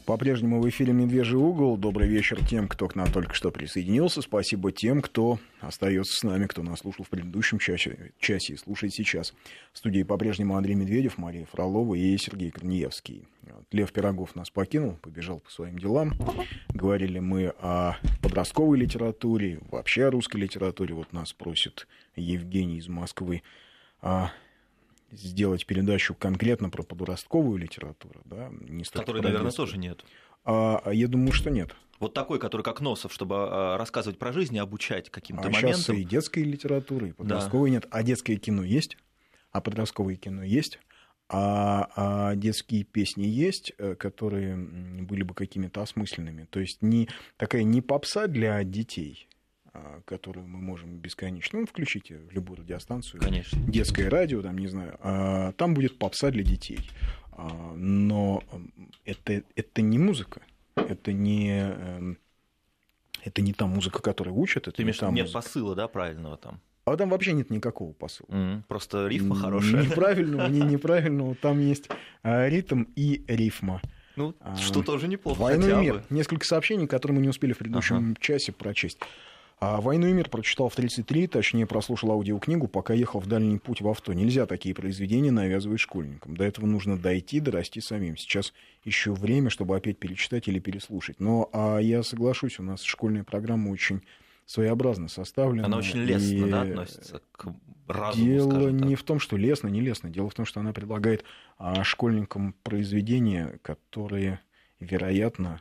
По-прежнему в эфире «Медвежий угол». Добрый вечер тем, кто к нам только что присоединился. Спасибо тем, кто остается с нами, кто нас слушал в предыдущем часе и слушает сейчас. В студии по-прежнему Андрей Медведев, Мария Фролова и Сергей Корнеевский. Лев Пирогов нас покинул, побежал по своим делам. Говорили мы о подростковой литературе, вообще о русской литературе. Вот нас просит Евгений из Москвы сделать передачу конкретно про подростковую литературу, да, не которой, наверное, тоже нет. Я думаю, что нет. Вот такой, который как Носов, чтобы рассказывать про жизнь и обучать каким-то моментам. Сейчас и детской литературы, и подростковой нет. А детское кино есть, а подростковое кино есть, а детские песни есть, которые были бы какими-то осмысленными. То есть не попса для детей, которую мы можем бесконечно. Включите в любую радиостанцию. Конечно. Детское радио, там, не знаю. Там будет попса для детей. Но это не музыка. Это не та музыка, которая учит. Ты имеешь в виду, нет посыла, да, правильного там? А там вообще нет никакого посыла. Просто рифма хорошая. Неправильного. Там есть ритм и рифма. Ну, что тоже неплохо. «Войну и мир». Несколько сообщений, которые мы не успели в предыдущем часе прочесть. «Войну и мир» прочитал в 33, точнее, прослушал аудиокнигу, пока ехал в дальний путь в авто. Нельзя такие произведения навязывать школьникам. До этого нужно дорасти самим. Сейчас еще время, чтобы опять перечитать или переслушать. Но я соглашусь, у нас школьная программа очень своеобразно составлена. Она очень лестно, да, относится к разуму, дело скажем так. не в том, что лестно, не лестно. Дело в том, что она предлагает школьникам произведения, которые, вероятно,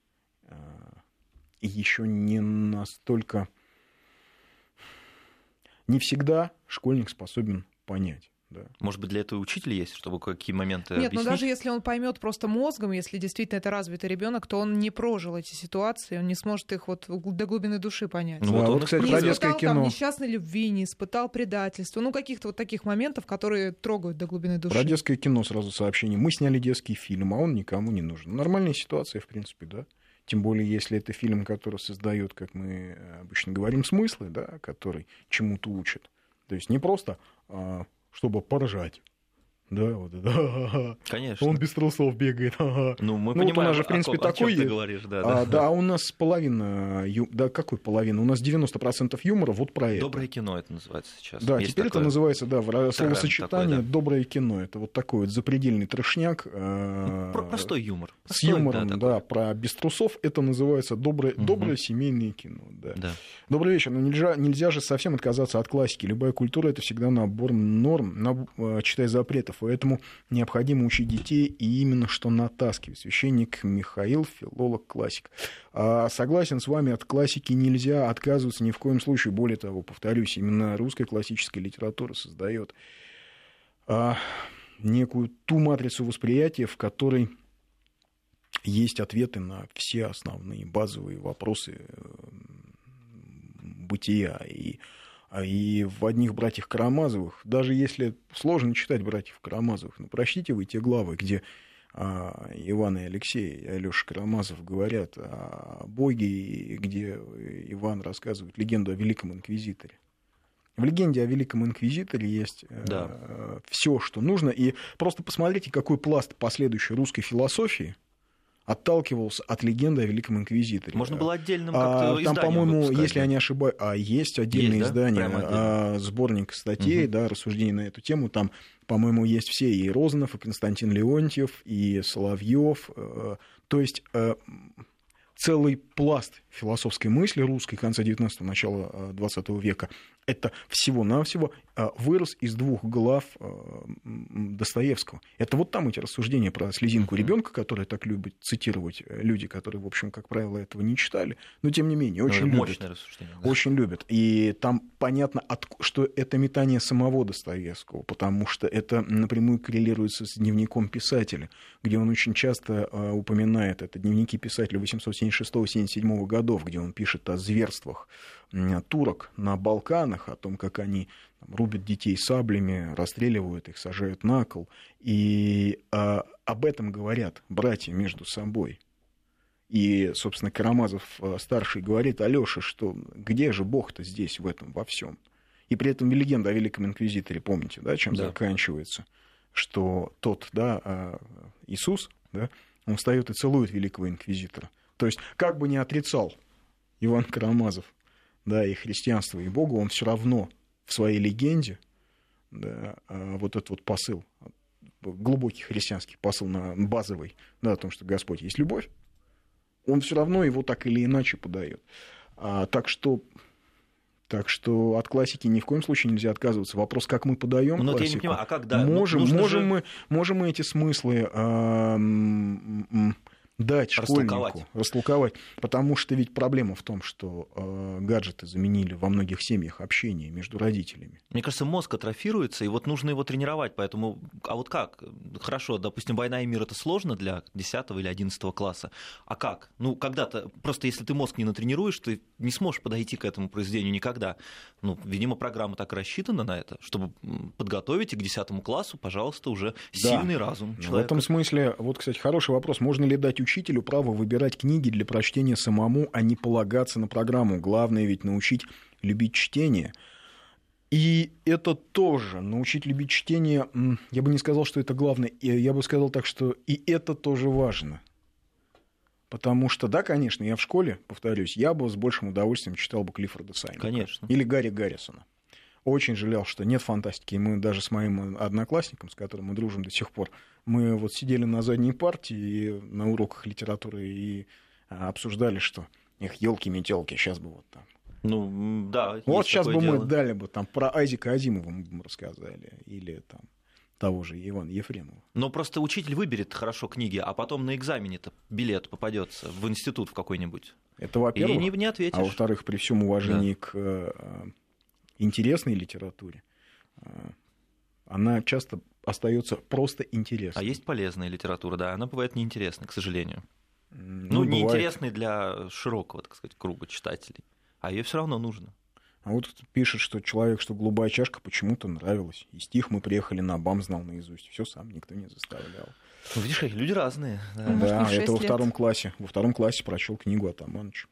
еще не настолько... Не всегда школьник способен понять. Да. Может быть, для этого учитель есть, чтобы какие моменты Нет, объяснить? но даже если он поймет просто мозгом, если действительно это развитый ребенок, то он не прожил эти ситуации, он не сможет их вот до глубины души понять. Ну, вот, кстати, не про испытал детское кино. там несчастной любви, не испытал предательства, каких-то вот таких моментов, которые трогают до глубины души. Про детское кино сразу сообщение. Мы сняли детский фильм, а он никому не нужен. Нормальная ситуация, в принципе, да. Тем более, если это фильм, который создает, как мы обычно говорим, смыслы, да, который чему-то учит. То есть не просто, чтобы поржать. Да, вот это. Конечно. Он без трусов бегает. Ну, мы вот у нас же, в принципе, такой ты есть. говоришь, Да, у нас половина... Да, какой половина? У нас 90% юмора вот про это. Доброе кино это называется сейчас. Да, есть теперь это называется, словосочетание такой, да. «доброе кино». Это вот такой вот запредельный трешняк. Простой юмор. С юмором, да, про без трусов. Это называется доброе семейное кино. Да. Добрый вечер. Но нельзя же совсем отказаться от классики. Любая культура — это всегда набор норм, читай запретов. Поэтому необходимо учить детей и именно что натаскивать. Священник Михаил, филолог, классик. Согласен с вами, от классики нельзя отказываться ни в коем случае. Более того, повторюсь, именно русская классическая литература создает некую ту матрицу восприятия, в которой есть ответы на все основные базовые вопросы бытия. И в одних «Братьях Карамазовых», даже если сложно читать «Братьев Карамазовых», но прочтите вы те главы, где Иван и Алексей, и Алёша Карамазов говорят о Боге, и где Иван рассказывает легенду о Великом Инквизиторе. В легенде о Великом Инквизиторе есть все, что нужно. И просто посмотрите, какой пласт последующей русской философии отталкивался от легенды о Великом Инквизиторе. Можно было отдельным как-то изданием там, по-моему, выпускать, если я не ошибаюсь, есть отдельное есть, издание, да? сборник статей, рассуждений на эту тему. Там, по-моему, есть все, и Розанов, и Константин Леонтьев, и Соловьев. То есть целый пласт философской мысли русской конца 19-го, начала 20 века. Это всего-навсего вырос из 2 глав Достоевского. Это вот там эти рассуждения про слезинку ребенка, которые так любят цитировать люди, которые, в общем, как правило, этого не читали, но тем не менее очень любят. Мощное рассуждение. Да. Очень любят. И там понятно, что это метание самого Достоевского, потому что это напрямую коррелируется с дневником писателя, где он очень часто упоминает, это дневники писателя 876-77 годов, где он пишет о зверствах турок на Балканах, о том, как они рубят детей саблями, расстреливают их, сажают на кол. И об этом говорят братья между собой. И, собственно, Карамазов-старший говорит Алёше, что где же Бог-то здесь, в этом, во всем. И при этом легенда о Великом Инквизиторе, помните, да, чем заканчивается? Что тот, Иисус, Он встает и целует великого инквизитора. То есть, как бы ни отрицал Иван Карамазов, да, и христианство, и Бога, он все равно в своей легенде, да, вот этот вот посыл, глубокий христианский посыл, базовый, да, о том, что Господь есть любовь, он все равно его так или иначе подает. Так что от классики ни в коем случае нельзя отказываться. Вопрос, как мы подаем классику. Я не понимаю, а как, да? Можем мы эти смыслы дать школьнику, растолковать. Потому что ведь проблема в том, что гаджеты заменили во многих семьях общение между родителями. Мне кажется, мозг атрофируется, и вот нужно его тренировать. Поэтому, а вот как? Хорошо, допустим, «Война и мир» — это сложно для 10 или 11 класса. А как? Ну, когда-то, просто если ты мозг не натренируешь, ты не сможешь подойти к этому произведению никогда. Ну, видимо, программа так рассчитана на это, чтобы подготовить и к 10 классу, пожалуйста, уже сильный разум человека. В этом смысле, вот, кстати, хороший вопрос. Можно ли дать учителю право выбирать книги для прочтения самому, а не полагаться на программу? Главное ведь научить любить чтение. И это тоже, научить любить чтение, я бы не сказал, что это главное, я бы сказал так, что и это тоже важно. Потому что, да, конечно, я в школе, повторюсь, я бы с большим удовольствием читал бы Клиффорда Сайнека. Конечно. Или Гарри Гаррисона. Очень жалел, что нет фантастики. И мы даже с моим одноклассником, с которым мы дружим до сих пор, мы вот сидели на задней партии и на уроках литературы и обсуждали, что их елки-метелки, сейчас бы вот там. Ну, да. Вот сейчас бы мы дали бы там про Айзека Азимова мы бы рассказали. Или там того же Ивана Ефремова. Но просто учитель выберет хорошо книги, а потом на экзамене-то билет попадется в институт в какой-нибудь. Это, во-первых. И не ответишь. А во-вторых, при всем уважении к интересной литературе, она часто остается просто интересной. А есть полезная литература, да, она бывает неинтересной, к сожалению. Ну, неинтересной для широкого, так сказать, круга читателей. А ее все равно нужно. А вот пишет, что человек, что «Голубая чашка» почему-то нравилась. И стих «Мы приехали на БАМ» знал наизусть. Все сам никто не заставлял. Ну, видишь, люди разные. Да, это во втором классе. Во втором классе прочел книгу Атамановича.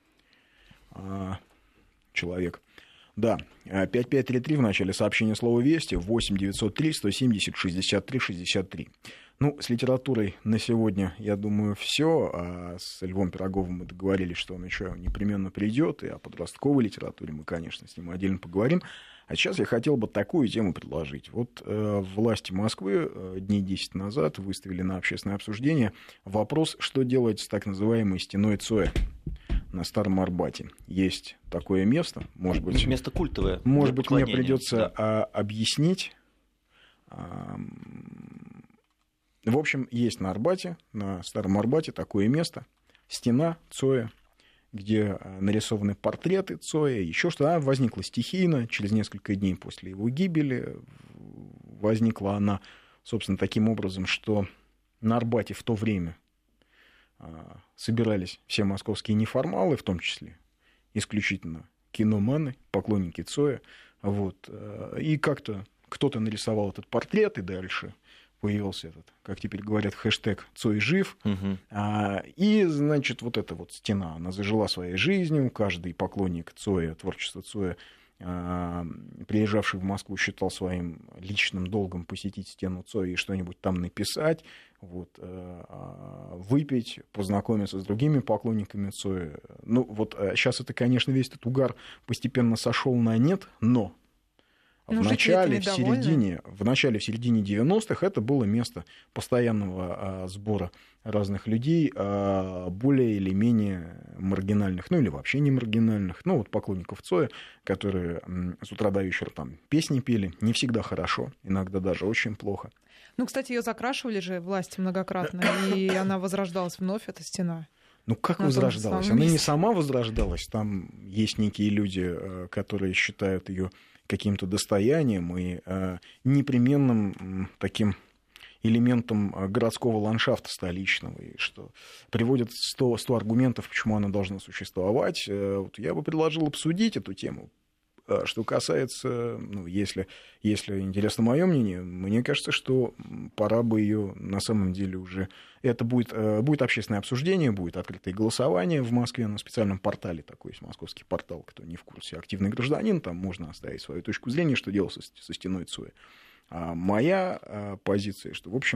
Человек. Да, 5533 в начале сообщения слова «Вести», 8-903-170-63-63. Ну, с литературой на сегодня, я думаю, все. А с Львом Пироговым мы договорились, что он еще непременно придет. И о подростковой литературе мы, конечно, с ним отдельно поговорим. А сейчас я хотел бы такую тему предложить. Вот власти Москвы дней 10 назад выставили на общественное обсуждение вопрос, что делать с так называемой стеной Цоя на Старом Арбате. Есть такое место, может быть... Место культовое. Может быть, мне придется объяснить. В общем, есть на Арбате, на Старом Арбате такое место, стена Цоя, где нарисованы портреты Цоя, еще что-то. Она возникла стихийно, через несколько дней после его гибели. Возникла она, собственно, таким образом, что на Арбате в то время собирались все московские неформалы, в том числе исключительно киноманы, поклонники Цоя. Вот. И как-то кто-то нарисовал этот портрет, и дальше появился этот, как теперь говорят, хэштег «Цой жив». И, значит, вот эта вот стена, она зажила своей жизнью. Каждый поклонник Цоя, творчества Цоя, приезжавший в Москву, считал своим личным долгом посетить стену Цоя и что-нибудь там написать, вот, выпить, познакомиться с другими поклонниками Цоя. Ну, вот сейчас это, конечно, весь этот угар постепенно сошел на нет, но в начале, в середине 90-х это было место постоянного сбора разных людей, более или менее маргинальных, ну или вообще не маргинальных, ну вот поклонников Цоя, которые с утра до вечера там песни пели, не всегда хорошо, иногда даже очень плохо. Ну, кстати, ее закрашивали же власти многократно, и она возрождалась вновь, эта стена. Ну, как возрождалась? Она не сама возрождалась, там есть некие люди, которые считают ее каким-то достоянием и непременным таким элементом городского ландшафта столичного, и что приводят 100 аргументов, почему она должна существовать. Вот я бы предложил обсудить эту тему. Что касается, ну, если интересно мое мнение, мне кажется, что пора бы ее на самом деле уже... Это будет общественное обсуждение, будет открытое голосование в Москве на специальном портале, такой есть московский портал, кто не в курсе, «Активный гражданин», там можно оставить свою точку зрения, что делать со стеной Цоя. А моя позиция, что, в общем,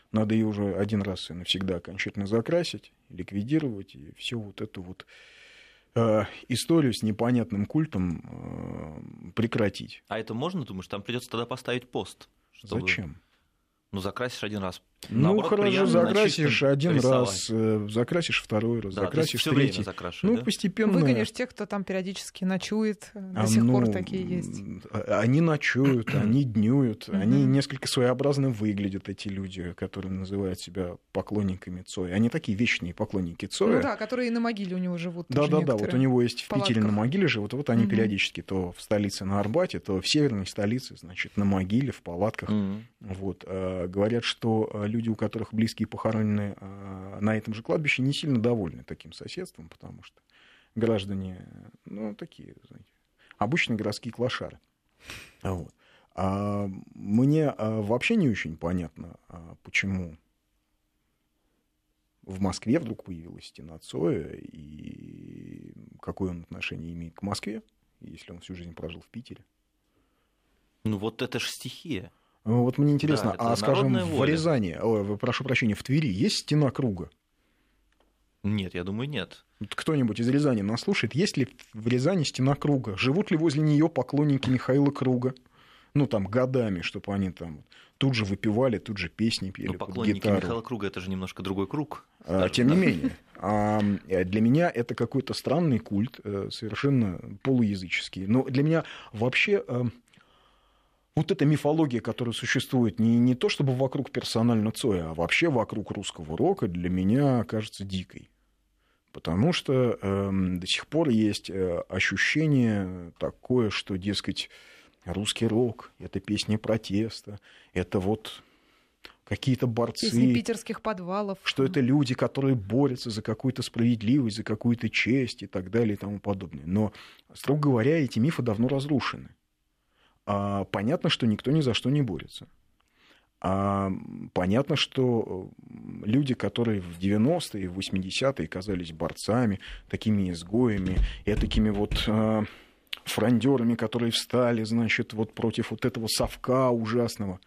Надо ее уже один раз и навсегда окончательно закрасить, ликвидировать, и всю вот эту вот историю с непонятным культом прекратить. А это можно, думаешь, там придется тогда поставить пост? Чтобы... Зачем? Ну, закрасишь один раз. Ну, наоборот, хорошо, закрасишь один рисовать. раз, закрасишь второй раз, Да, закрасишь все третий. время закрашивать, Ну, да? постепенно... Выгонишь тех, кто там периодически ночует, до сих пор такие есть. Они ночуют, они днюют, они несколько своеобразно выглядят, эти люди, которые называют себя поклонниками Цоя. Они такие вечные поклонники Цоя. Ну да, которые и на могиле у него живут. Да-да-да, вот у него есть в Питере на могиле живут, вот они Мгм. периодически то в столице на Арбате, то в северной столице, значит, на могиле, в палатках. Вот. Говорят, что люди, у которых близкие похоронены на этом же кладбище, не сильно довольны таким соседством, потому что граждане, ну, такие, знаете, обычные городские клошары. Вот. Мне вообще не очень понятно, почему в Москве вдруг появилась стена Цоя, и какое он отношение имеет к Москве, если он всю жизнь прожил в Питере. Ну, вот это же стихия. Вот мне интересно, Да, скажем, народная в воля. Рязани, прошу прощения, в Твери есть стена круга? Нет, я думаю, нет. Вот кто-нибудь из Рязани нас слушает, есть ли в Рязани стена круга? Живут ли возле нее поклонники Михаила Круга? Ну, там, годами, чтобы они там тут же выпивали, тут же песни пели, Но под поклонники гитару. Михаила Круга — это же немножко другой круг. Тем не менее, для меня это какой-то странный культ, совершенно полуязыческий. Но для меня вообще вот эта мифология, которая существует не то чтобы вокруг персонально Цоя, а вообще вокруг русского рока, для меня кажется дикой. Потому что до сих пор есть ощущение такое, что, дескать, русский рок — это песни протеста, это вот какие-то борцы. Песни питерских подвалов. Что это люди, которые борются за какую-то справедливость, за какую-то честь и так далее и тому подобное. Но, строго говоря, эти мифы давно разрушены. Понятно, что никто ни за что не борется. Понятно, что люди, которые в 90-е, в 80-е казались борцами, такими изгоями, такими вот фрондерами, которые встали, значит, вот против вот этого совка ужасного.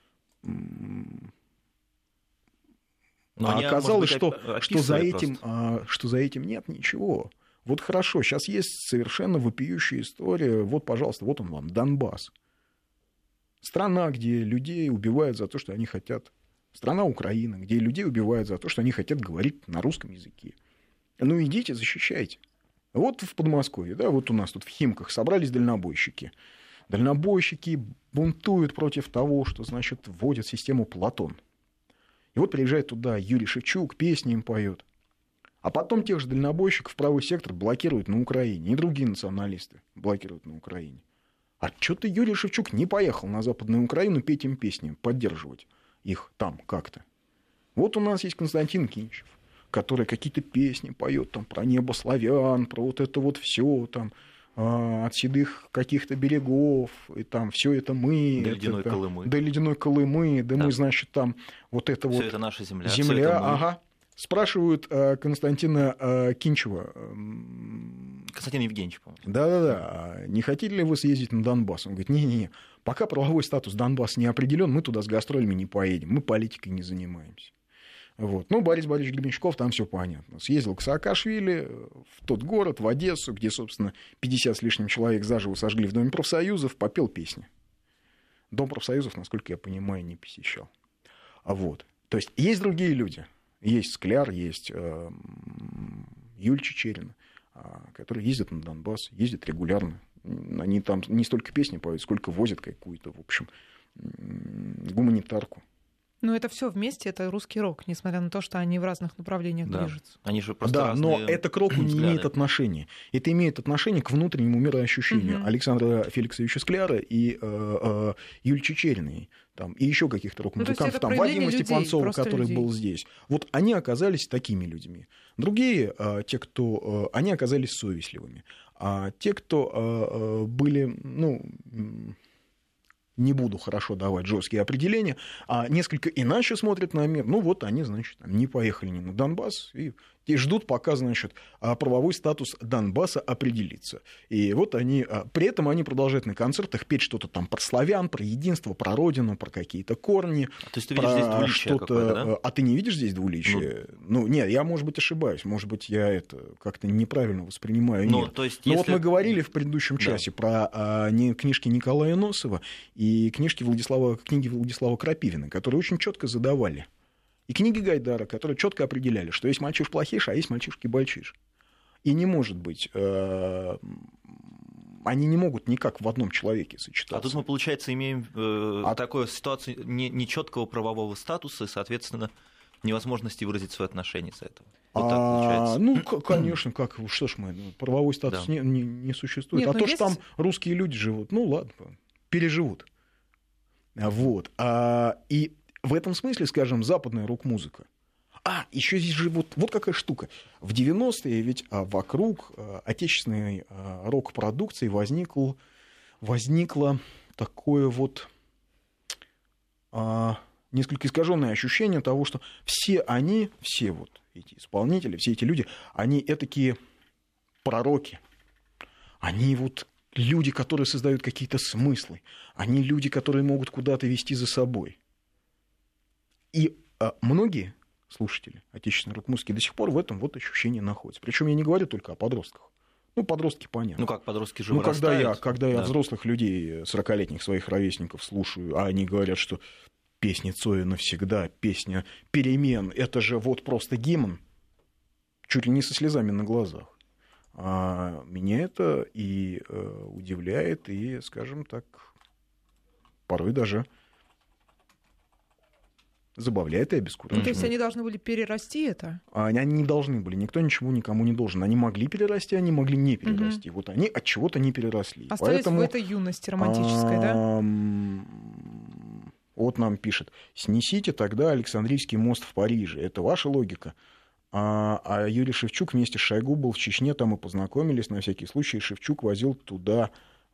Оказалось, что за этим нет ничего. Вот хорошо, сейчас есть совершенно вопиющая история. Вот, пожалуйста, вот он вам, Донбасс. Страна, где людей убивают за то, что они хотят. Страна Украина, где людей убивают за то, что они хотят говорить на русском языке. Ну, идите, защищайте. Вот в Подмосковье, да, вот у нас тут в Химках собрались дальнобойщики. Дальнобойщики бунтуют против того, что, значит, вводят систему Платон. И вот приезжает туда Юрий Шевчук, песни им поет. А потом тех же дальнобойщиков правый сектор блокирует на Украине. И другие националисты блокируют на Украине. А что-то Юрий Шевчук не поехал на Западную Украину петь им песни, поддерживать их там как-то. Вот у нас есть Константин Кинчев, который какие-то песни поет там про небо славян, про вот это вот все там от седых каких-то берегов, и там все это мы. До ледяной Колымы. До ледяной Колымы, да мы, значит, там вот это всё вот... это наша земля. Земля, ага. Спрашивают Константина Кинчева. Константин Евгеньевич, по-моему. Да-да-да. Не хотели ли вы съездить на Донбасс? Он говорит, не-не-не. Пока правовой статус Донбасса не определен, мы туда с гастролями не поедем. Мы политикой не занимаемся. Вот. Ну, Борис Борисович Гребенщиков, там все понятно. Съездил к Саакашвили в тот город, в Одессу, где, собственно, 50 с лишним человек заживо сожгли в Доме профсоюзов, попел песни. Дом профсоюзов, насколько я понимаю, не посещал. Вот. То есть есть другие люди. Есть Скляр, есть Юль Чичерина, которые ездят на Донбасс, ездят регулярно. Они там не столько песни поют, сколько возят какую-то, в общем, гуманитарку. Но это все вместе, это русский рок, несмотря на то, что они в разных направлениях движутся. Они же просто но это к року не имеет отношения. Это имеет отношение к внутреннему мироощущению Александра Феликсовича Скляра и Юль Чичериной. Там, и еще каких-то рок-музыкантов, там, Вадима Степанцова, который был здесь. Вот они оказались такими людьми. Другие, они оказались совестливыми. А те, кто были, не буду хорошо давать жесткие определения, а несколько иначе смотрят на мир, вот они, значит, не поехали ни на Донбасс, и И ждут, пока, значит, правовой статус Донбасса определится. И вот они, при этом они продолжают на концертах петь что-то там про славян, про единство, про родину, про какие-то корни. То есть ты видишь здесь двуличие какое-то, да? А ты не видишь здесь двуличие? Ну, нет, я, может быть, ошибаюсь. Может быть, я это как-то неправильно воспринимаю. Но, нет. то есть, Но если... вот мы говорили в предыдущем часе про книжки Николая Носова и книги Владислава Крапивина, которые очень четко задавали. И книги Гайдара, которые четко определяли, что есть мальчиш-плохиш, а есть мальчишки-бальчиш. И не может быть, они не могут никак в одном человеке сочетаться. А тут мы, получается, имеем такую ситуацию нечеткого правового статуса и, соответственно, невозможности выразить свои отношения из-за этого. Вот так получается. Ну, конечно, как, что ж мы, правовой статус не существует. Нет, а то, есть... что там русские люди живут, ну ладно, переживут. Вот. И в этом смысле, скажем, западная рок-музыка. Еще здесь же вот какая штука. В 90-е ведь вокруг отечественной рок-продукции возникло такое вот несколько искаженное ощущение того, что все вот эти исполнители, все эти люди, они этакие пророки. Они вот люди, которые создают какие-то смыслы. Они люди, которые могут куда-то вести за собой. И многие слушатели отечественной рок-музыки до сих пор в этом вот ощущении находятся. Причем я не говорю только о подростках. Ну, подростки понятно. Ну, как подростки же вырастают. Когда я взрослых людей, 40-летних своих ровесников слушаю, а они говорят, что песня Цоя навсегда, песня перемен, это же вот просто гимн, чуть ли не со слезами на глазах. Меня это и удивляет, и, скажем так, порой даже забавляет и обескураживает. То есть они должны были перерасти это? Они не должны были. Никто ничего никому не должен. Они могли перерасти, они могли не перерасти. Вот они от чего-то не переросли. Остались в этой юности романтической, да? Вот нам пишет: снесите тогда Александрийский мост в Париже. Это ваша логика. А Юрий Шевчук вместе с Шойгу был в Чечне, там и познакомились. На всякий случай Шевчук возил туда,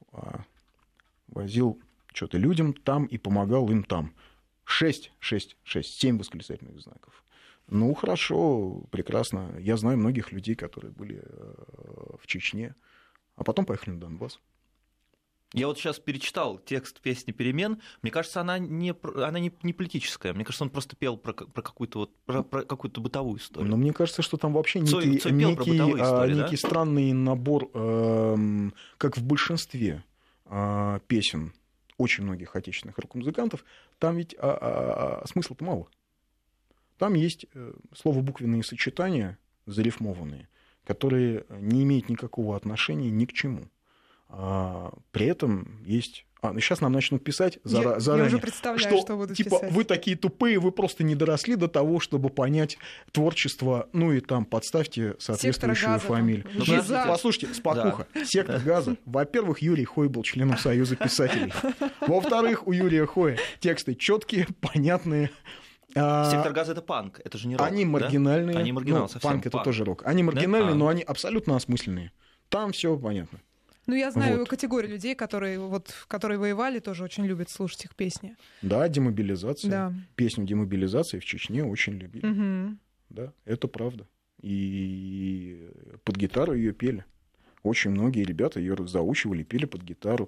что-то людям там и помогал им там. 7 восклицательных знаков. Ну, хорошо, прекрасно. Я знаю многих людей, которые были в Чечне, а потом поехали на Донбасс. Я вот сейчас перечитал текст песни «Перемен». Мне кажется, она не политическая. Мне кажется, он просто пел про какую-то бытовую историю. Но мне кажется, что там вообще Цой пел про бытовую историю, некий странный набор, как в большинстве песен очень многих отечественных рок-музыкантов, там ведь смысла-то мало. Там есть слово-буквенные сочетания, зарифмованные, которые не имеют никакого отношения ни к чему. При этом есть... сейчас нам начнут писать заранее, я уже представляю, что будут типа, писать. Вы такие тупые, вы просто не доросли до того, чтобы понять творчество, ну и там подставьте соответствующую фамилию. Послушайте, спокуха. Да. Сектор Газа. Во-первых, Юрий Хой был членом Союза писателей. Во-вторых, у Юрия Хоя тексты четкие, понятные. Сектор Газа — это панк, это же не рок. Они маргинальные. Да? Они маргинал, совсем. Панк — это тоже рок. Они маргинальные, но они абсолютно осмысленные. Там все понятно. Ну, я знаю категорию людей, которые воевали, тоже очень любят слушать их песни. Да, демобилизация. Да. Песню демобилизации в Чечне очень любили. Угу. Да, это правда. И под гитару ее пели. Очень многие ребята ее заучивали, пели под гитару.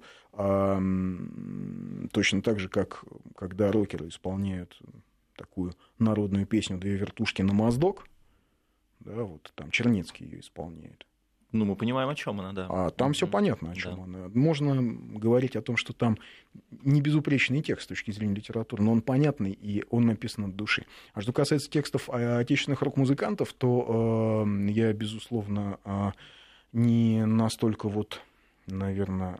Точно так же, как когда рокеры исполняют такую народную песню «Две вертушки на моздок», да, вот там Чернецкий ее исполняет. Ну, мы понимаем, о чем она, да. Там все понятно, о чем она. Можно говорить о том, что там не безупречный текст с точки зрения литературы, но он понятный, и он написан от души. А что касается текстов отечественных рок-музыкантов, то я, безусловно, не настолько наверное,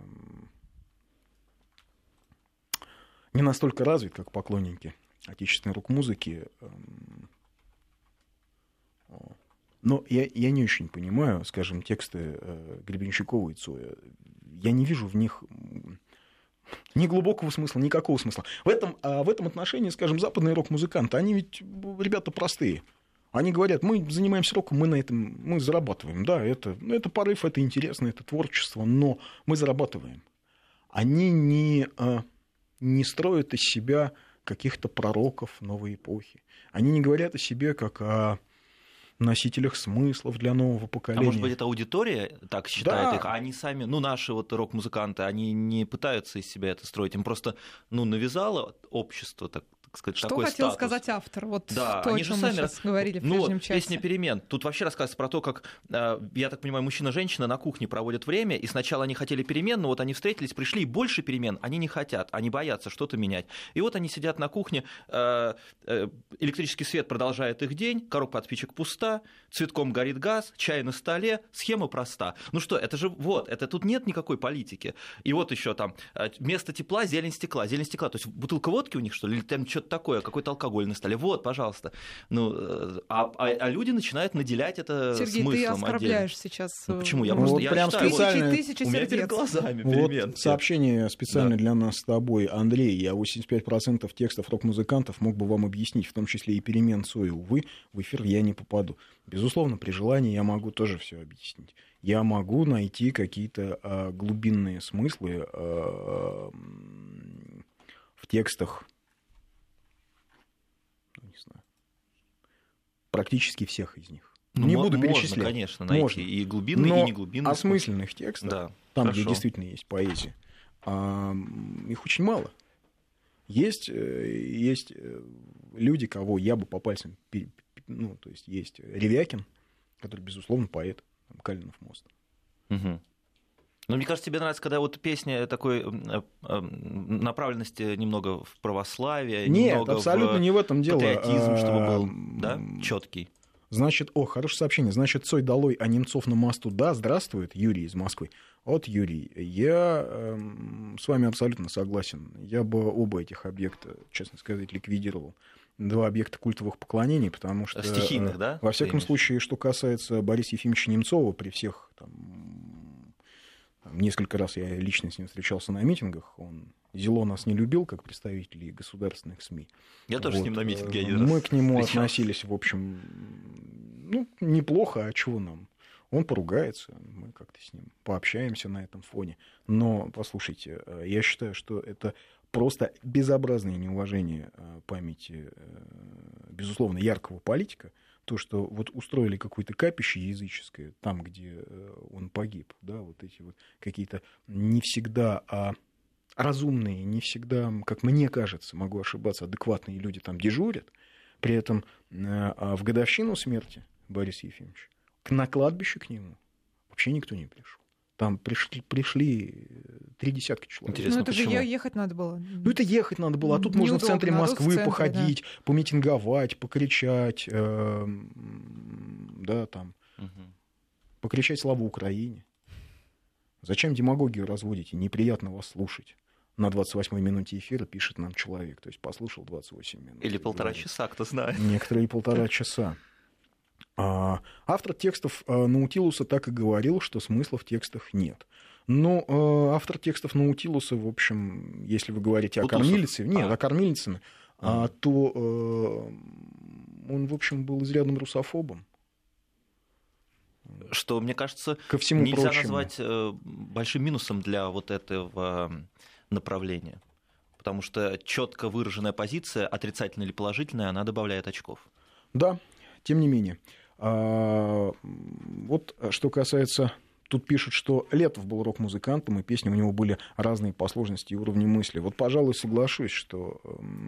не настолько развит, как поклонники отечественной рок-музыки. Но я не очень понимаю, скажем, тексты Гребенщикова и Цоя. Я не вижу в них ни глубокого смысла, никакого смысла. В этом отношении, скажем, западные рок-музыканты, они ведь ребята простые. Они говорят: мы занимаемся роком, мы зарабатываем. Да, это порыв, это интересно, это творчество, но мы зарабатываем. Они не строят из себя каких-то пророков новой эпохи. Они не говорят о себе как о носителях смыслов для нового поколения. А может быть, это аудитория так считает их, а они сами, наши вот рок-музыканты, они не пытаются из себя это строить, им просто, навязало общество, так сказать, что такой хотел статус. Сказать автор? Вот да, то, о чем мы сейчас говорили в прежнем часе. Песня «Перемен». Тут вообще рассказывается про то, как, я так понимаю, мужчина и женщина на кухне проводят время, и сначала они хотели перемен, но вот они встретились, пришли, и больше перемен они не хотят, они боятся что-то менять. И вот они сидят на кухне, электрический свет продолжает их день, коробка от спичек пуста, цветком горит газ, чай на столе, схема проста. Это же это тут нет никакой политики. И вот еще там вместо тепла зелень стекла. Зелень стекла, то есть бутылка водки у них, что ли, или там что-то такое, какой-то алкоголь на столе. Вот, пожалуйста. А люди начинают наделять это Сергей, смыслом. Сергей, ты оскорбляешь отдельно. сейчас. Почему? Я прям читаю, специально... Тысячи у меня перед сердец. глазами перемен. Вот сообщение специально для нас с тобой, Андрей. Я 85% текстов рок-музыкантов мог бы вам объяснить, в том числе и перемен Цоя. Увы, в эфир я не попаду. Безусловно, при желании я могу тоже все объяснить. Я могу найти какие-то глубинные смыслы в текстах, не знаю, практически всех из них. Не буду перечислять. Можно, конечно, найти и глубинные, и неглубинные. Осмысленных текстов, там, где действительно есть поэзия, их очень мало. Есть люди, кого я бы по пальцам... то есть есть Ревякин, который, безусловно, поэт, Калинов мост. Угу. Мне кажется, тебе нравится, когда песня такой направленности немного в православие, нет, немного абсолютно не в этом дело. Патриотизм, чтобы был, четкий. Значит, хорошее сообщение. Значит, Цой долой, а Немцов на мосту. Да, здравствует, Юрий из Москвы. Вот, Юрий, я с вами абсолютно согласен. Я бы оба этих объекта, честно сказать, ликвидировал. 2 объекта культовых поклонений, потому что... Стихийных, да? Во всяком случае, что касается Бориса Ефимовича Немцова, при всех несколько раз я лично с ним встречался на митингах, он зело нас не любил, как представители государственных СМИ. Я тоже с ним на митинге один раз мы к нему встречался. относились, в общем, неплохо, а чего нам? Он поругается, мы как-то с ним пообщаемся на этом фоне. Но, послушайте, я считаю, что это просто безобразное неуважение памяти, безусловно, яркого политика, то, что вот устроили какое-то капище языческое там, где он погиб, да, вот эти вот какие-то не всегда разумные, не всегда, как мне кажется, могу ошибаться, адекватные люди там дежурят, при этом в годовщину смерти Бориса Ефимовича на кладбище к нему вообще никто не пришел. Там пришли 3 десятка человек. Интересно, это почему? же ехать надо было. Это ехать надо было, а тут можно в центре Москвы походить, помитинговать, покричать, покричать «Слава Украине». Зачем демагогию разводите? Неприятно вас слушать. На 28-й минуте эфира пишет нам человек. То есть послушал 28 минут. Или 1,5 часа, кто знает. Некоторые 1,5 часа. Автор текстов Наутилуса так и говорил, что смысла в текстах нет. Но автор текстов Наутилуса, в общем, если вы говорите о кормилице, о кормилице, то он, в общем, был изрядным русофобом. Что, мне кажется, ко всему нельзя прочему назвать большим минусом для вот этого направления. Потому что четко выраженная позиция, отрицательная или положительная, она добавляет очков. Да, тем не менее. Вот что касается... Тут пишут, что Летов был рок-музыкантом, и песни у него были разные по сложности и уровню мысли. Вот, пожалуй, соглашусь, что...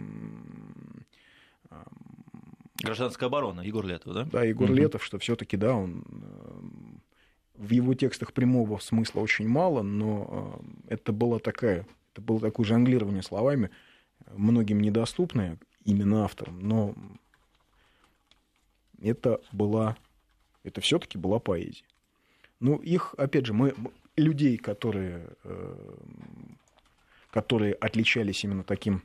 Гражданская оборона, Егор Летов, да? Да, Егор Летов, что все-таки, да, он... В его текстах прямого смысла очень мало, но это было такое жонглирование словами, многим недоступное именно авторам, но это все-таки была поэзия. Ну, их, опять же, людей, которые отличались именно таким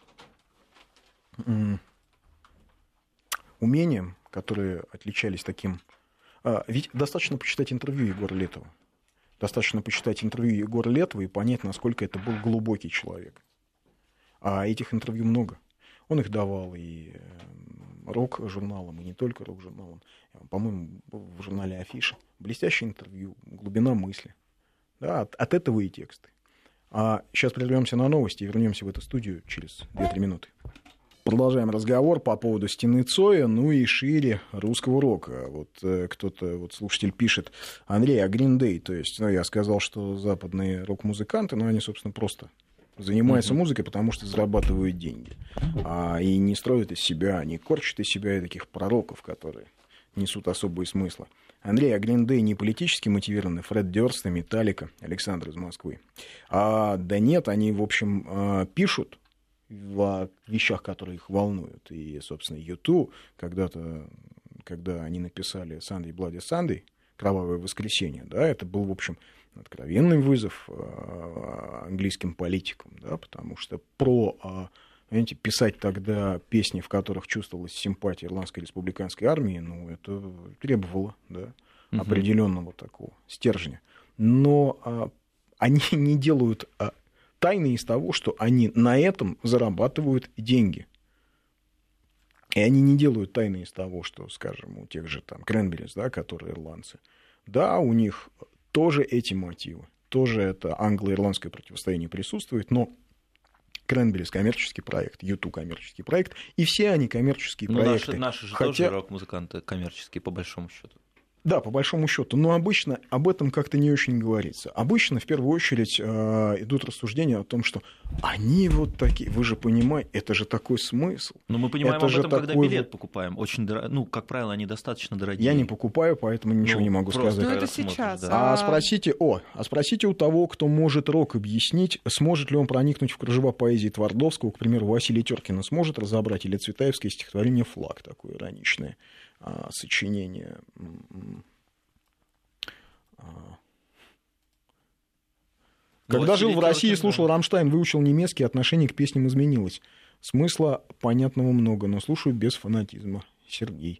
умением, которые отличались таким... Ведь достаточно почитать интервью Егора Летова. Достаточно почитать интервью Егора Летова и понять, насколько это был глубокий человек. А этих интервью много. Он их давал и рок-журналам, и не только рок-журналам. По-моему, в журнале «Афиша». Блестящее интервью, глубина мысли. Да, от этого и тексты. А сейчас прервемся на новости и вернемся в эту студию через 2-3 минуты. Продолжаем разговор по поводу стены Цоя, ну и шире русского рока. Вот кто-то, вот слушатель пишет: Андрей, а Green Day, то есть, ну, я сказал, что западные рок-музыканты, но они, собственно, просто занимаются музыкой, потому что зарабатывают деньги. И не строят из себя, не корчат из себя таких пророков, которые несут особые смыслы. Андрей, а Green Day не политически мотивированы? Фред Дёрст и Металлика. Александр из Москвы. Да нет, они, в общем, пишут в вещах, которые их волнуют. И, собственно, U2 когда-то, когда они написали «Sunday Bloody Sunday», «Кровавое воскресенье», да, это был, в общем, откровенный вызов английским политикам, да, потому что понимаете, писать тогда песни, в которых чувствовалась симпатия Ирландской республиканской армии, ну, это требовало, да, определенного такого стержня. Но они не делают тайны из того, что они на этом зарабатывают деньги. И они не делают тайны из того, что, скажем, у тех же там Кренберис, да, которые ирландцы, да, у них тоже эти мотивы, тоже это англо-ирландское противостояние присутствует, но Кренберис — коммерческий проект, U2 — коммерческий проект, и все они коммерческие проекты. Наши же тоже рок-музыканты коммерческие, по большому счету. Да, по большому счету, но обычно об этом как-то не очень говорится. Обычно, в первую очередь, идут рассуждения о том, что они вот такие, вы же понимаете, это же такой смысл. Но мы понимаем об этом, когда билет покупаем. Очень ну, как правило, они достаточно дорогие. Я не покупаю, поэтому ничего не могу сказать. Ну, это сейчас. Да. Спросите у того, кто может рок объяснить, сможет ли он проникнуть в кружева поэзии Твардовского, к примеру, Василия Тёркина сможет разобрать, или Цветаевское стихотворение «Флаг», такое ироничное сочинение. Когда жил в России, слушал Рамштайн, выучил немецкий, отношение к песням изменилось. Смысла понятного много, но слушаю без фанатизма. Сергей.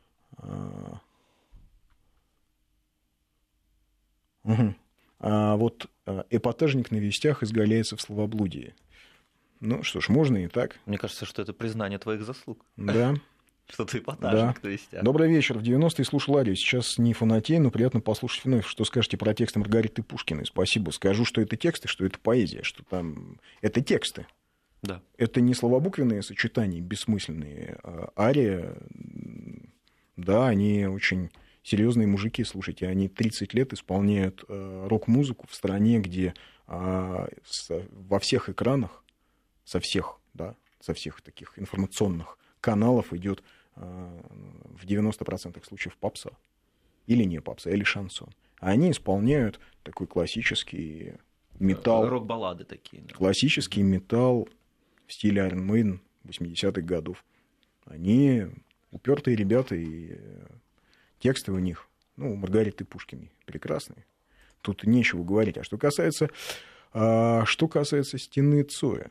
Вот эпатажник на вестях изгаляется в словоблудии. Ну что ж, можно и так. Мне кажется, что это признание твоих заслуг. Да. Что ты эпатажник на вестях. Добрый вечер. В 90-е слушал Арию. Сейчас не фанатею, но приятно послушать вновь. Что скажете про тексты Маргариты Пушкиной? Спасибо. Скажу, что это тексты, что это поэзия, что там... Это тексты. Да. Это не словобуквенные сочетания, бессмысленные. Ария, да, они очень серьезные мужики, слушайте. Они 30 лет исполняют рок-музыку в стране, где во всех экранах, со всех таких информационных каналов идет в 90% случаев попса. Или не попса, или шансон. А они исполняют такой классический металл. Рок-баллады такие. Да. Классический металл в стиле Iron Maiden 80-х годов. Они упертые ребята, и тексты у них, ну, у Маргариты Пушкиной прекрасные. Тут нечего говорить. А что касается стены Цоя,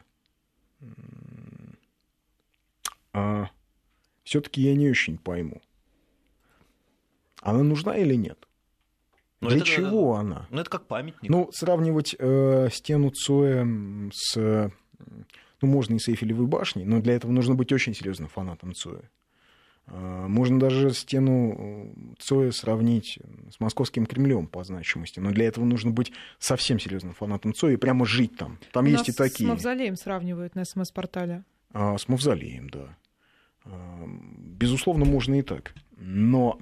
все-таки я не очень пойму, она нужна или нет? Для чего она? Ну, это как памятник. Ну, сравнивать стену Цоя с... Ну, можно и с Эйфелевой башней, но для этого нужно быть очень серьезным фанатом Цоя. Можно даже стену Цоя сравнить с Московским Кремлем по значимости, но для этого нужно быть совсем серьезным фанатом Цоя и прямо жить там. Там есть и такие. С Мавзолеем сравнивают на СМС-портале. С Мавзолеем, да. Безусловно, можно и так. Но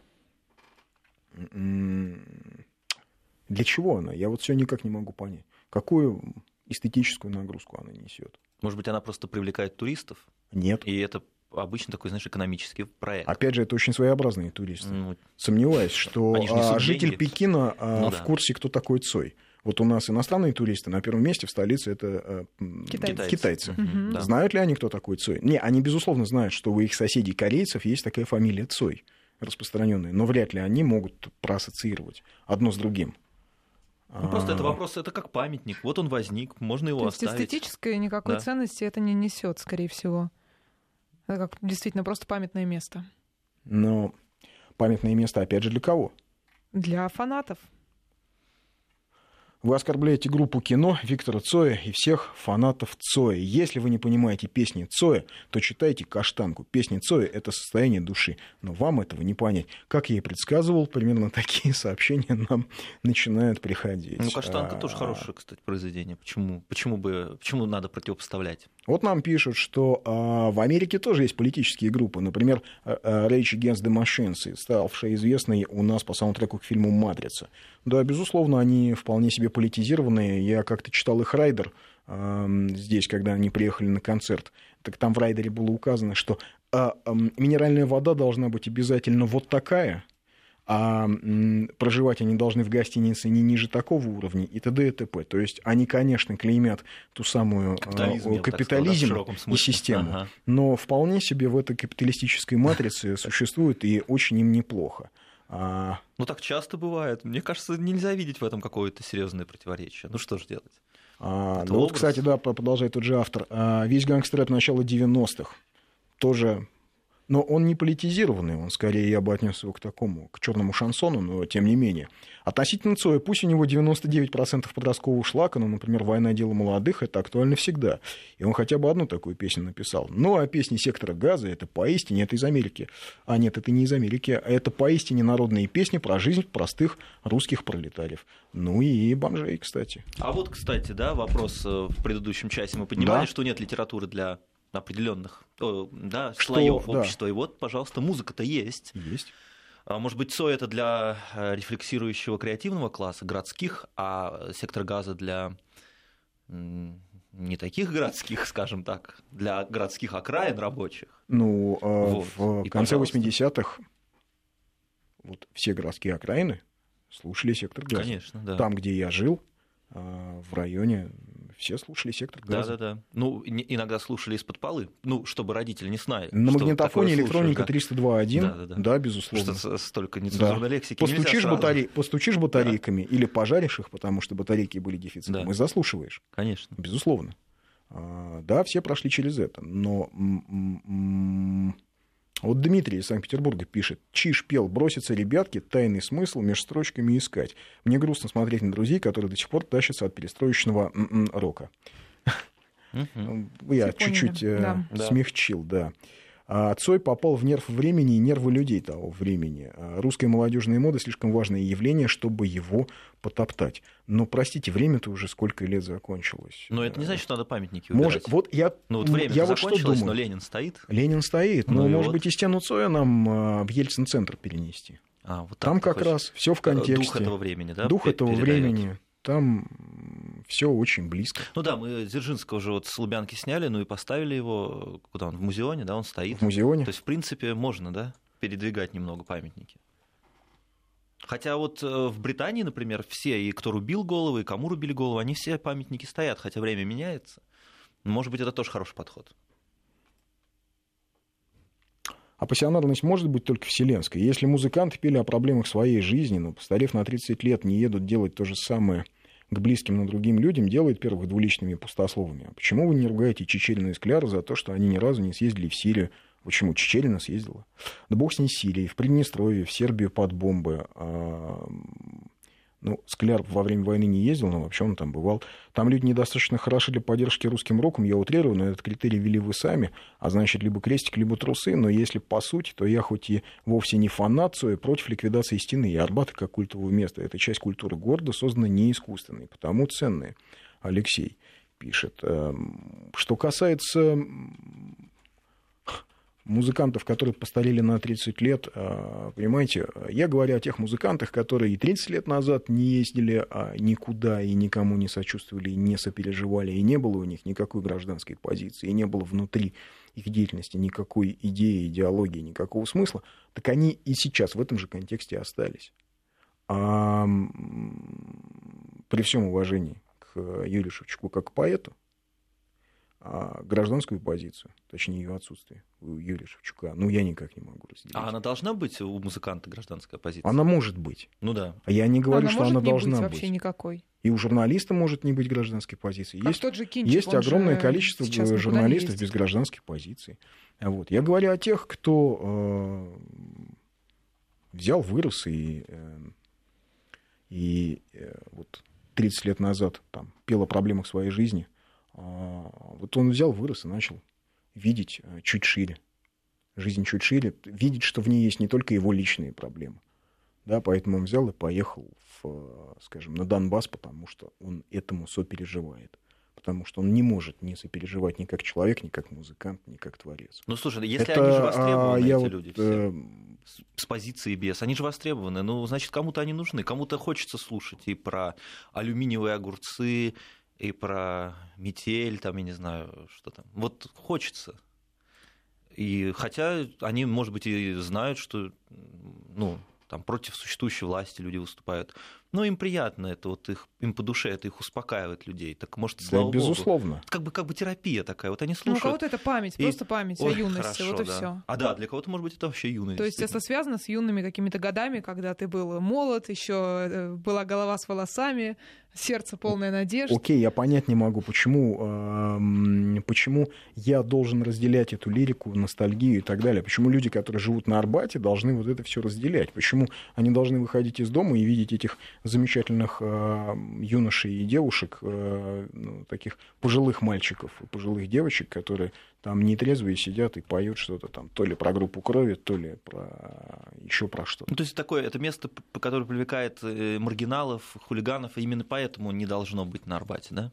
для чего она? Я вот все никак не могу понять. Какую эстетическую нагрузку она несет? Может быть, она просто привлекает туристов? Нет. И это обычно такой, знаешь, экономический проект. Опять же, это очень своеобразные туристы. Сомневаюсь, что житель деньги. Пекина в курсе, кто такой Цой. Вот у нас иностранные туристы, на первом месте в столице это китайцы. Да. Знают ли они, кто такой Цой? Не, они, безусловно, знают, что у их соседей корейцев есть такая фамилия Цой, распространенная, но вряд ли они могут проассоциировать одно с другим. Ну, просто это вопрос, это как памятник. Вот он возник, можно его оставить. То есть эстетической никакой ценности это не несет, скорее всего. Это как действительно просто памятное место. Но памятное место, опять же, для кого? Для фанатов. Вы оскорбляете группу «Кино», Виктора Цоя и всех фанатов Цоя. Если вы не понимаете песни Цоя, то читайте «Каштанку». Песни Цоя — это состояние души, но вам этого не понять. Как я и предсказывал, примерно такие сообщения нам начинают приходить. Ну, «Каштанка» тоже хорошее, кстати, произведение. Почему надо противопоставлять? Вот нам пишут, что в Америке тоже есть политические группы. Например, Rage Against the Machines, ставшая известной у нас по саундтреку к фильму «Матрица». Да, безусловно, они вполне себе политизированные. Я как-то читал их райдер здесь, когда они приехали на концерт. Так там в райдере было указано, что минеральная вода должна быть обязательно вот такая, а проживать они должны в гостинице не ниже такого уровня, и т.д. и т.п. То есть они, конечно, клеймят ту самую капитализм и систему, но вполне себе в этой капиталистической матрице существует и очень им неплохо. Ну, так часто бывает. Мне кажется, нельзя видеть в этом какое-то серьезное противоречие. Ну, что же делать? Ну, вот, кстати, да, продолжает тот же автор. Весь гангстер-рэп начала 90-х тоже... Но он не политизированный, он скорее, я бы отнес его к такому, к черному шансону, но тем не менее. Относительно Цоя, пусть у него 99% подросткового шлака, но, например, «Война — дело молодых» — это актуально всегда. И он хотя бы одну такую песню написал. Ну, а песни «Сектора газа» — это поистине, это из Америки. А нет, это не из Америки, а это поистине народные песни про жизнь простых русских пролетариев. Ну и бомжей, кстати. А вот, кстати, да, вопрос в предыдущем часе мы поднимали, что нет литературы для определенных слоев общества. Да. И вот, пожалуйста, музыка-то есть. Есть. Может быть, Цой — это для рефлексирующего креативного класса, городских, а «Сектор газа» для не таких городских, скажем так, для городских окраин рабочих. Ну, вот. В конце 80-х вот все городские окраины слушали «Сектор газа». Конечно, да. Там, где я жил, в районе... Все слушали «Сектор газа». Да. Ну, иногда слушали из-под полы, ну, чтобы родители не знали. На магнитофоне электроника 302.1, да, безусловно. Что столько нецензурной лексики Постучишь батарейками или пожаришь их, потому что батарейки были дефицитом, и заслушиваешь. Конечно. Безусловно. Да, все прошли через это. Но вот Дмитрий из Санкт-Петербурга пишет: Чиж пел «Бросятся ребятки, тайный смысл между строчками искать. Мне грустно смотреть на друзей, которые до сих пор тащатся от перестроечного рока». Я чуть-чуть смягчил, да. Цой попал в нерв времени и нервы людей того времени. Русская молодежная мода — слишком важное явление, чтобы его потоптать. Но, простите, время-то уже сколько лет закончилось. Но это не значит, что надо памятники убирать. Время закончилось, но Ленин стоит. Ленин стоит, но, может быть, и стену Цоя нам в Ельцин-центр перенести. Вот там как раз все в контексте. Дух этого времени, да? Дух этого времени. Там все очень близко. Ну да, мы Дзержинского уже вот с Лубянки сняли, ну и поставили его, куда он, в Музеоне, да, он стоит. В Музеоне. То есть, в принципе, можно, да, передвигать немного памятники. Хотя вот в Британии, например, все, и кто рубил головы, и кому рубили голову, они все памятники стоят, хотя время меняется. Может быть, это тоже хороший подход. А пассионарность может быть только вселенской. Если музыканты пели о проблемах своей жизни, но, постарев на 30 лет, не едут делать то же самое к близким, но другим людям, делают первых двуличными и пустословами. А почему вы не ругаете Чичерина и Скляра за то, что они ни разу не съездили в Сирию? Почему? Чичерина съездила. Да бог с ней, Сирией, в Приднестровье, в Сербию под бомбы. Ну, Скляр во время войны не ездил, но вообще он там бывал. Там люди недостаточно хороши для поддержки русским роком, я утрирую, но этот критерий ввели вы сами, а значит, либо крестик, либо трусы, но если по сути, то я хоть и вовсе не фанат Цоя, против ликвидации стены и Арбата как культового места. Эта часть культуры города создана не искусственной, потому ценная. Алексей пишет. Что касается музыкантов, которые постарели на 30 лет, понимаете, я говорю о тех музыкантах, которые и 30 лет назад не ездили никуда и никому не сочувствовали, и не сопереживали, и не было у них никакой гражданской позиции, и не было внутри их деятельности никакой идеи, идеологии, никакого смысла, так они и сейчас в этом же контексте остались. При всем уважении к Юрию Шевчуку как к поэту, гражданскую позицию, точнее ее отсутствие у Юрия Шевчука, я никак не могу разделить. А она должна быть у музыканта, гражданская позиция? Она может быть. Ну да. А я не говорю, что она должна быть. Вообще никакой. И у журналиста может не быть гражданской позиции. Как тот же Кинчик, есть огромное количество журналистов без гражданской позиции. Вот. Я говорю о тех, кто взял, вырос и вот 30 лет назад там, пел о проблемах своей жизни, вот он взял, вырос и начал видеть чуть шире, жизнь чуть шире, видеть, что в ней есть не только его личные проблемы. Да, поэтому он взял и поехал скажем, на Донбасс, потому что он этому сопереживает. Потому что он не может не сопереживать ни как человек, ни как музыкант, ни как творец. Ну, слушай, если они же востребованы, эти люди все, с позиции без, они же востребованы, ну, значит, кому-то они нужны, кому-то хочется слушать и про алюминиевые огурцы, и про метель, там, я не знаю, что там. Вот хочется. И хотя они, может быть, и знают, что, ну, там против существующей власти люди выступают. Но им приятно это, вот им по душе, это их успокаивает людей. Так может, слава да, безусловно. Богу. Как бы терапия такая. Вот они слушают. Ну, у кого-то это память, просто память о юности, хорошо, вот и да. все. А да, для кого-то, может быть, это вообще юность. То есть это связано с юными какими-то годами, когда ты был молод, еще была голова с волосами, сердце полное надежд. Окей, я понять не могу, почему я должен разделять эту лирику, ностальгию и так далее. Почему люди, которые живут на Арбате, должны вот это все разделять? Почему они должны выходить из дома и видеть этих замечательных юношей и девушек, таких пожилых мальчиков и пожилых девочек, которые там нетрезвые сидят и поют что-то там, то ли про группу крови, то ли еще про что-то. Ну, то есть это место, которое привлекает маргиналов, хулиганов, и именно поэтому не должно быть на Арбате, да?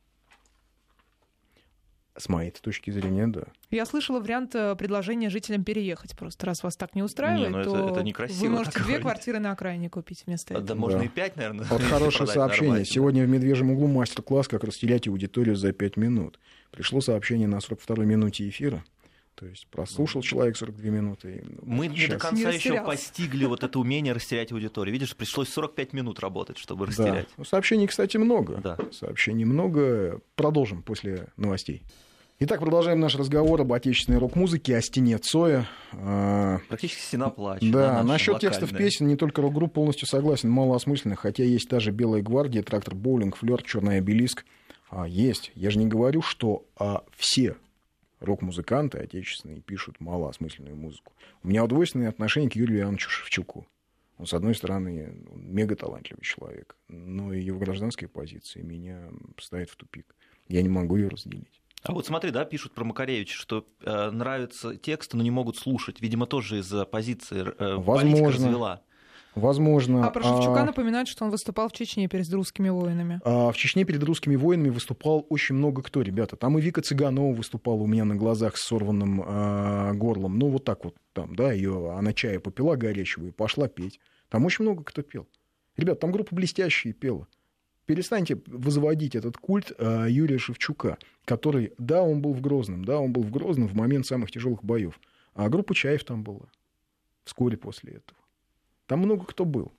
С моей точки зрения, да. Я слышала вариант предложения жителям переехать просто. Раз вас так не устраивает, то это некрасиво, вы можете 2 квартиры на окраине купить вместо этого. Да, можно и 5, наверное. Вот хорошее сообщение. Сегодня в «Медвежьем углу» мастер-класс «Как растерять аудиторию за 5 минут». Пришло сообщение на 42-й минуте эфира. То есть прослушал человек 42 минуты. Мы не до конца еще постигли вот это умение растерять аудиторию. Видишь, пришлось 45 минут работать, чтобы растерять. Да. Сообщений, кстати, много. Да. Сообщений много. Продолжим после новостей. Итак, продолжаем наш разговор об отечественной рок-музыке, о стене Цоя. Практически стена плача. Да, насчет текстов песен не только рок-групп полностью согласен, малоосмысленных, хотя есть та же «Белая гвардия», «Трактор Боулинг», «Флёр», «Черный обелиск». Есть. Я же не говорю, что все рок-музыканты отечественные пишут малоосмысленную музыку. У меня двойственное отношение к Юрию Ивановичу Шевчуку. Он, с одной стороны, мега талантливый человек, но и его гражданская позиция меня ставит в тупик. Я не могу ее разделить. А вот смотри, да, пишут про Макаревича, что нравятся тексты, но не могут слушать. Видимо, тоже из-за позиции политика развела. Возможно. А про Шевчука напоминают, что он выступал в Чечне перед русскими воинами. В Чечне перед русскими воинами выступал очень много кто, ребята. Там и Вика Цыганова выступала у меня на глазах с сорванным горлом. Ну, вот так вот там, да, она чая попила горячего и пошла петь. Там очень много кто пел. Ребят, там группа «Блестящие» пела. Перестаньте возводить этот культ Юрия Шевчука, который, да, он был в Грозном, в момент самых тяжелых боев. А группа «Чаев» там была вскоре после этого. Там много кто был.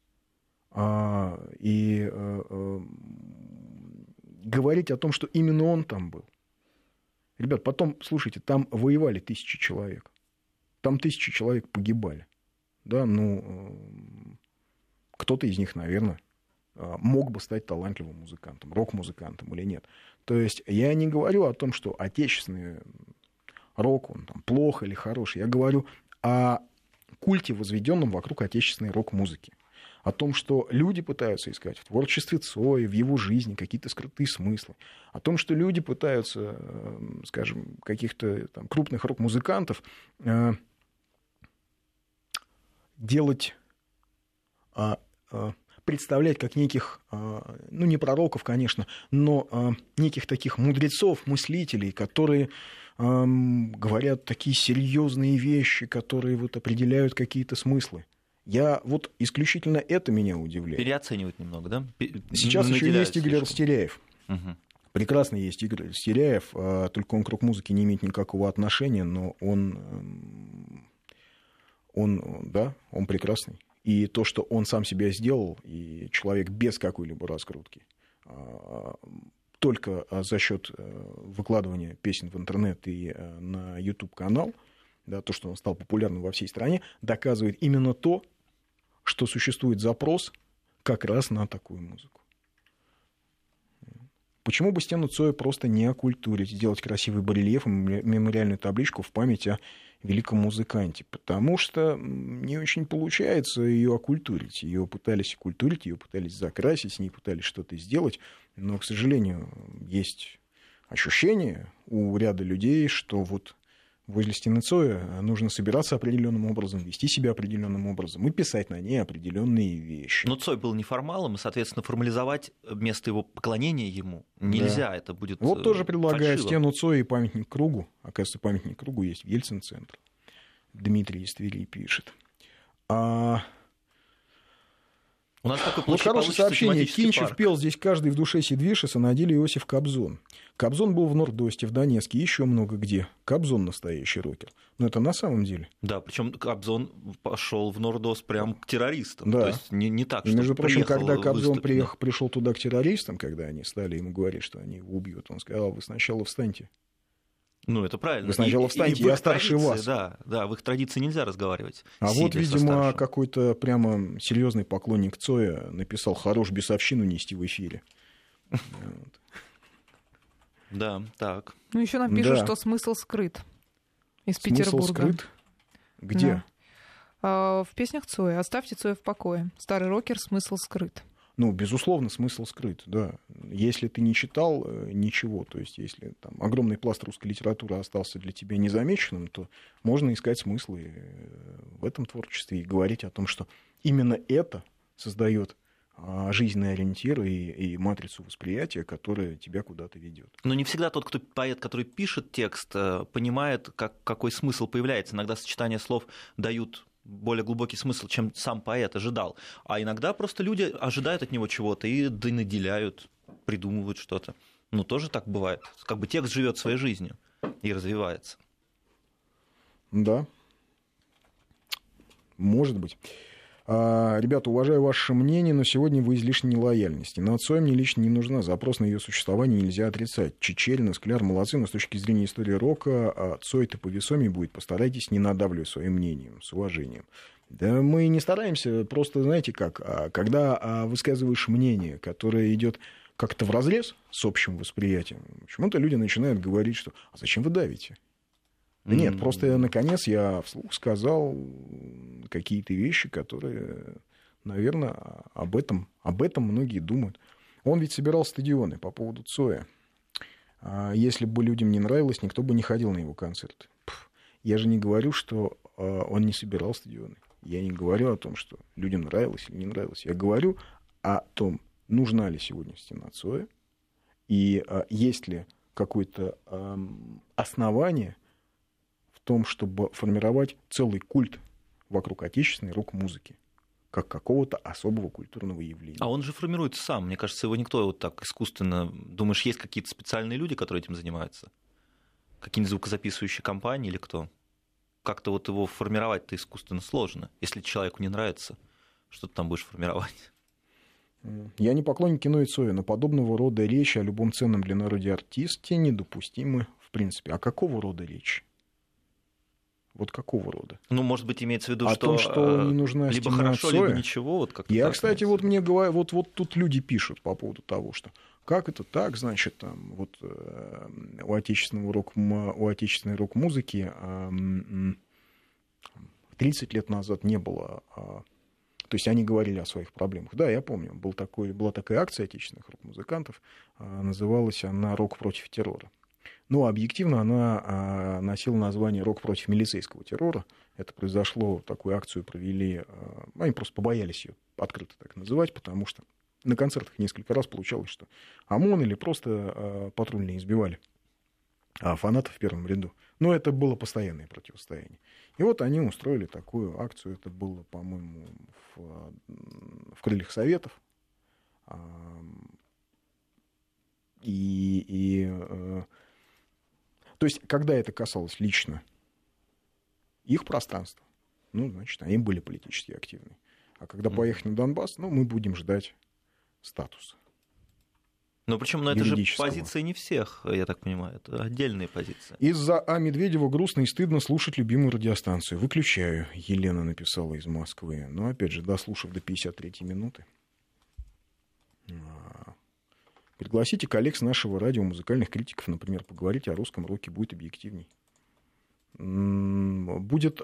И говорить о том, что именно он там был. Ребят, потом, слушайте, там воевали 1000 человек. Там 1000 человек погибали. Да, кто-то из них, наверное, мог бы стать талантливым музыкантом, рок-музыкантом или нет. То есть я не говорю о том, что отечественный рок, он там плох или хороший. Я говорю о культе, возведенном вокруг отечественной рок-музыки. О том, что люди пытаются искать в творчестве Цоя, в его жизни какие-то скрытые смыслы. О том, что люди пытаются, скажем, каких-то там крупных рок-музыкантов делать, представлять как неких, не пророков, конечно, но неких таких мудрецов, мыслителей, которые говорят такие серьезные вещи, которые вот определяют какие-то смыслы. Я вот исключительно это меня удивляет. Переоценивать немного, да? Сейчас еще есть Игорь Растеряев. Угу. Прекрасно есть Игорь Растеряев, только он к рок-музыке не имеет никакого отношения, но он прекрасный. И то, что он сам себя сделал, и человек без какой-либо раскрутки, только за счет выкладывания песен в интернет и на YouTube-канал, да, то, что он стал популярным во всей стране, доказывает именно то, что существует запрос как раз на такую музыку. Почему бы стену Цоя просто не окультурить, сделать красивый барельеф и мемориальную табличку в память о великом музыканте? Потому что не очень получается ее окультурить. Ее пытались окультурить, ее пытались закрасить, с ней пытались что-то сделать. Но, к сожалению, есть ощущение у ряда людей, что вот возле стены Цоя нужно собираться определенным образом, вести себя определенным образом и писать на ней определенные вещи. Но Цой был неформалом, и, соответственно, формализовать место его поклонения ему нельзя. Да. Это будет вот тоже предлагают фальшиво. Стену Цоя и памятник кругу. Оказывается, памятник кругу есть в Ельцин-центре. Дмитрий из Твери пишет. У нас такой вот хорошее сообщение. Кинчев пел «Здесь каждый в душе Сидвишеса», на деле Иосиф Кобзон. Кобзон был в Нордосте, в Донецке, еще много где. Кобзон настоящий рокер. Но это на самом деле. Да, причем Кобзон пошел в Нордост прям к террористам. Да. То есть не так, что между прочим, когда Кобзон пришел туда к террористам, когда они стали ему говорить, что они его убьют, он сказал: вы сначала встаньте. Ну, это правильно. Вы сначала встаньте, я старше вас. Да, в их традиции нельзя разговаривать. А вот, видимо, какой-то прямо серьезный поклонник Цоя написал: хорош бесовщину нести в эфире. Да, так. Ну, еще нам пишут, что смысл скрыт из Петербурга. Смысл скрыт? Где? В песнях Цоя. «Оставьте Цоя в покое». Старый рокер, смысл скрыт. Ну, безусловно, смысл скрыт, да. Если ты не читал ничего, то есть если там огромный пласт русской литературы остался для тебя незамеченным, то можно искать смыслы в этом творчестве и говорить о том, что именно это создает жизненный ориентир и матрицу восприятия, которая тебя куда-то ведет. Но не всегда тот, поэт, который пишет текст, понимает, какой смысл появляется. Иногда сочетания слов дают более глубокий смысл, чем сам поэт ожидал. А иногда просто люди ожидают от него чего-то и наделяют, придумывают что-то. Ну, тоже так бывает. Как бы текст живет своей жизнью и развивается. Да. Может быть. Ребята, уважаю ваше мнение, но сегодня вы излишне нелояльности. Но Цоя мне лично не нужна. Запрос на ее существование нельзя отрицать. Чичерина, Скляр молодцы, но с точки зрения истории рока Цой-то повесомее будет. Постарайтесь, не надавливать своим мнением, с уважением. Да мы не стараемся, просто, знаете как, когда высказываешь мнение, которое идет как-то вразрез с общим восприятием, почему-то люди начинают говорить, что «а зачем вы давите?» Да нет, просто наконец я вслух сказал какие-то вещи, которые, наверное, об этом многие думают. Он ведь собирал стадионы по поводу Цоя. Если бы людям не нравилось, никто бы не ходил на его концерты. Я же не говорю, что он не собирал стадионы. Я не говорю о том, что людям нравилось или не нравилось. Я говорю о том, нужна ли сегодня стена Цоя, и есть ли какое-то основание в том, чтобы формировать целый культ вокруг отечественной рок-музыки, как какого-то особого культурного явления. А он же формируется сам. Мне кажется, его никто вот так искусственно... Думаешь, есть какие-то специальные люди, которые этим занимаются? Какие-нибудь звукозаписывающие компании или кто? Как-то вот его формировать-то искусственно сложно. Если человеку не нравится, что ты там будешь формировать? Я не поклонник кино и Цоя, но подобного рода речи о любом ценном для народа артисте недопустимы в принципе. А какого рода речь? Вот какого рода? Ну, может быть, имеется в виду, о что, том, что не нужна либо стена хорошо, Цоя. либо ничего. Вот как-то я, так, кстати, вот мне говорят, вот тут люди пишут по поводу того, что как это так, значит, там, вот у отечественной рок-музыки 30 лет назад не было... То есть они говорили о своих проблемах. Да, я помню, была такая акция отечественных рок-музыкантов, называлась она «Рок против террора». Но объективно она носила название «Рок против милицейского террора». Это произошло, такую акцию провели... Они просто побоялись ее открыто так называть, потому что на концертах несколько раз получалось, что ОМОН или просто патрульные избивали фанатов в первом ряду. Но это было постоянное противостояние. И вот они устроили такую акцию. Это было, по-моему, в «Крыльях Советов». То есть, когда это касалось лично их пространства, ну, значит, они были политически активны. А когда поехали на Донбасс, ну, мы будем ждать статуса. Но причем это же позиции не всех, я так понимаю, это отдельные позиции. Из-за Медведева грустно и стыдно слушать любимую радиостанцию. Выключаю, Елена написала из Москвы. Но, опять же, дослушав до 53-й минуты. Пригласите коллег с нашего радио, музыкальных критиков, например, поговорить о русском роке, будет объективней. Будет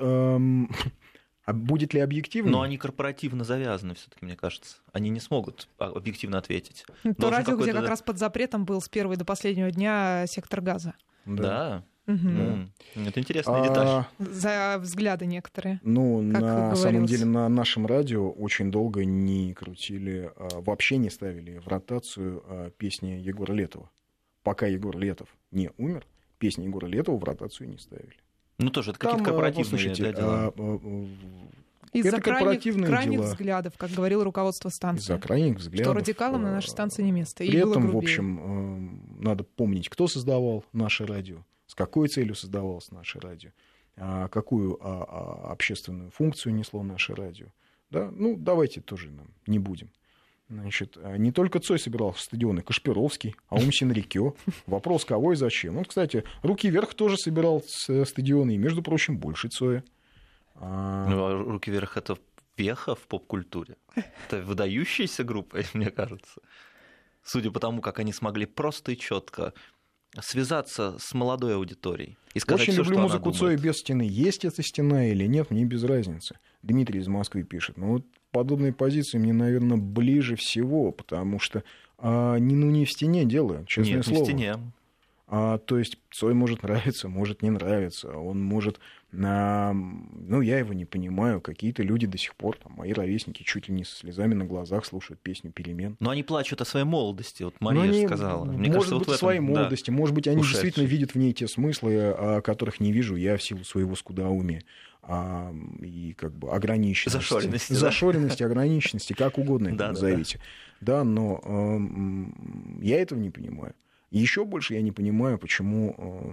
ли объективней? Но они корпоративно завязаны все-таки, мне кажется. Они не смогут объективно ответить. То радио, где как раз под запретом был с первого до последнего дня сектор газа. Да. Угу. Это интересная деталь. За взгляды некоторые. Ну, на самом деле, на нашем радио очень долго не крутили, вообще не ставили в ротацию песни Егора Летова. Пока Егор Летов не умер, песни Егора Летова в ротацию не ставили. Ну, тоже это какие-то корпоративные дела. Из-за крайних дела. Взглядов, как говорило руководство станции. Из-за крайних взглядов. Что радикалам на нашей станции не место. При этом, в общем, надо помнить, кто создавал наше радио, с какой целью создавалось наше радио, какую общественную функцию несло наше радио. Да? Ну, давайте тоже не будем. Значит, не только Цой собирал стадионы, Кашпировский, Аум Синрикё. Вопрос, кого и зачем. Ну, кстати, «Руки вверх» тоже собирал стадионы, и, между прочим, больше Цоя. «Руки вверх» — это веха в поп-культуре. Это выдающаяся группа, мне кажется. Судя по тому, как они смогли просто и четко связаться с молодой аудиторией и сказать очень всё, люблю что музыку она Цоя думает. без стены. Есть эта стена или нет, мне без разницы. Дмитрий из Москвы пишет. Ну, вот подобные позиции мне, наверное, ближе всего, потому что не в стене дело, честное слово. Не в стене. То есть Цой может нравиться, может не нравиться. Он может... Ну, я его не понимаю. Какие-то люди до сих пор, мои ровесники, чуть ли не со слезами на глазах слушают песню «Перемен». Но они плачут о своей молодости, вот Мария сказала. Мне может кажется, быть, вот в этом, своей молодости. Может быть, они ушедшие. действительно видят в ней те смыслы, которых не вижу я в силу своего скудоумия и как бы ограниченности. Зашоренности, ограниченности, как угодно это назовите. Да, но я этого не понимаю. Еще больше я не понимаю, почему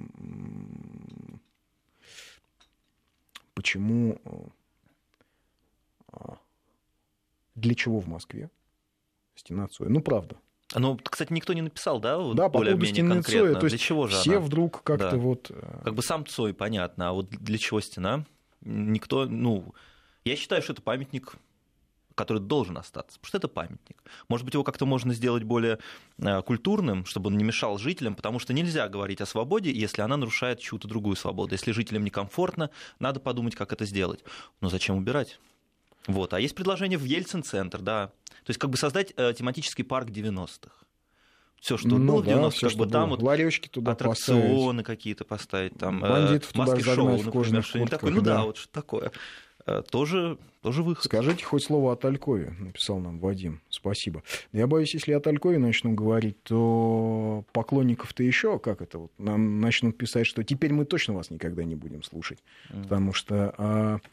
для чего в Москве стена Цоя? Ну, правда. Ну, кстати, никто не написал, да? Вот да, по поводу стены Цоя. То есть для чего же все она? вдруг как-то вот... Как бы сам Цой, понятно, а вот для чего стена? Никто, я считаю, что это памятник, который должен остаться, потому что это памятник. Может быть, его как-то можно сделать более культурным, чтобы он не мешал жителям, потому что нельзя говорить о свободе, если она нарушает чью-то другую свободу. Если жителям некомфортно, надо подумать, как это сделать. Но зачем убирать? Вот. А есть предложение в Ельцин-центр, да. То есть как бы создать тематический парк 90-х. Все, что было в 90-х, как бы там вот ларёчки туда аттракционы какие-то поставить, там маски-шоу, например, что-нибудь такое. Ну да, вот что такое. Тоже выход. Скажите хоть слово о Талькове, написал нам Вадим. Спасибо. Я боюсь, если о Талькове начну говорить, то поклонников-то еще как это вот нам начнут писать, что теперь мы точно вас никогда не будем слушать. Потому что...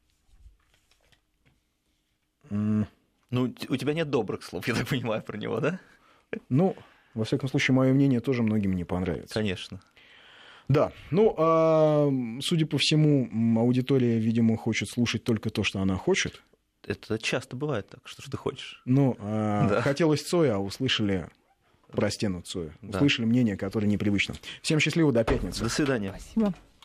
Ну, у тебя нет добрых слов, я так понимаю, про него, да? Ну, во всяком случае, мое мнение тоже многим не понравится. Конечно. Да, судя по всему, аудитория, видимо, хочет слушать только то, что она хочет. Это часто бывает так, что ж ты хочешь. Хотелось Цоя, а услышали про стену Цоя. Услышали мнение, которое непривычно. Всем счастливо, до пятницы. До свидания. Спасибо.